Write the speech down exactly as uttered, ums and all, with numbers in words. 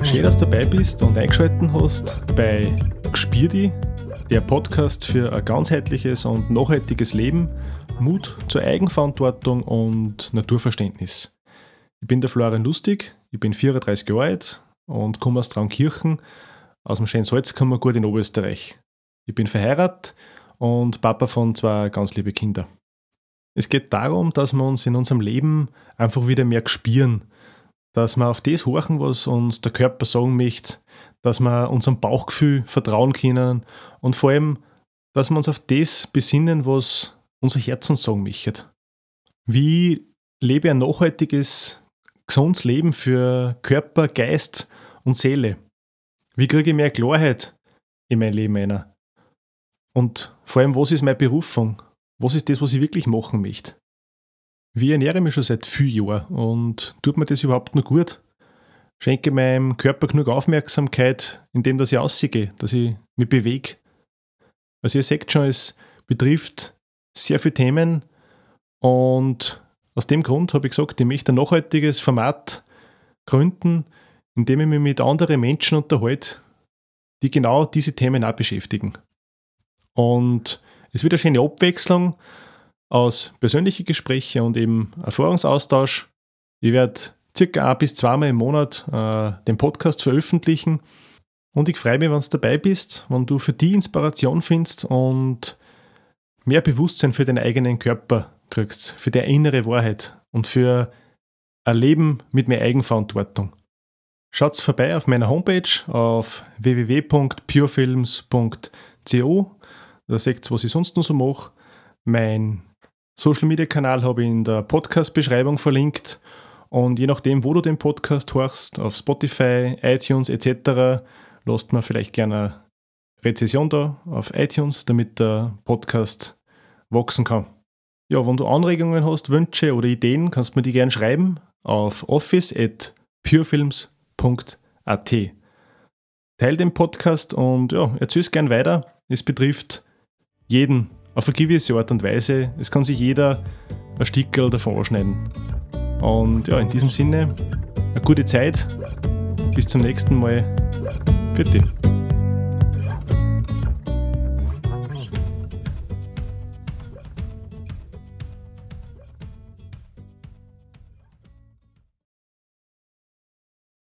Schön, dass du dabei bist und eingeschaltet hast bei Gspirdi, der Podcast für ein ganzheitliches und nachhaltiges Leben, Mut zur Eigenverantwortung und Naturverständnis. Ich bin der Florian Lustig, ich bin vierunddreißig Jahre alt und komme aus Traunkirchen, aus dem schönen Salzkammergut in Oberösterreich. Ich bin verheiratet und Papa von zwei ganz lieben Kindern. Es geht darum, dass wir uns in unserem Leben einfach wieder mehr spüren, dass wir auf das horchen, was uns der Körper sagen möchte, dass wir unserem Bauchgefühl vertrauen können und vor allem, dass wir uns auf das besinnen, was unser Herz uns sagen möchte. Wie lebe ich ein nachhaltiges, gesundes Leben für Körper, Geist und Seele? Wie kriege ich mehr Klarheit in mein Leben ein? Und vor allem, was ist meine Berufung? Was ist das, was ich wirklich machen möchte? Wie ernähre ich mich schon seit vielen Jahren und tut mir das überhaupt noch gut? Schenke meinem Körper genug Aufmerksamkeit, indem dass ich rausgehe, dass ich mich bewege? Also ihr seht schon, es betrifft sehr viele Themen und aus dem Grund habe ich gesagt, ich möchte ein nachhaltiges Format gründen, in dem ich mich mit anderen Menschen unterhalte, die genau diese Themen auch beschäftigen. Und es wird eine schöne Abwechslung aus persönlichen Gesprächen und eben Erfahrungsaustausch. Ich werde circa ein bis zweimal im Monat äh, den Podcast veröffentlichen und ich freue mich, wenn du dabei bist, wenn du für die Inspiration findest und mehr Bewusstsein für deinen eigenen Körper kriegst, für deine innere Wahrheit und für ein Leben mit mehr Eigenverantwortung. Schaut vorbei auf meiner Homepage auf w w w punkt purefilms punkt co. Da seht ihr, was ich sonst noch so mache. Mein Social-Media-Kanal habe ich in der Podcast-Beschreibung verlinkt und je nachdem, wo du den Podcast hörst, auf Spotify, iTunes et cetera, lasst mir vielleicht gerne eine Rezession da auf iTunes, damit der Podcast wachsen kann. Ja, wenn du Anregungen hast, Wünsche oder Ideen, kannst du mir die gerne schreiben auf office at purefilms punkt a t. Teil den Podcast und ja, erzähl es gerne weiter. Es betrifft jeden auf eine gewisse Art und Weise. Es kann sich jeder ein Stickerl davon anschneiden. Und ja, in diesem Sinne, eine gute Zeit. Bis zum nächsten Mal. Für dich.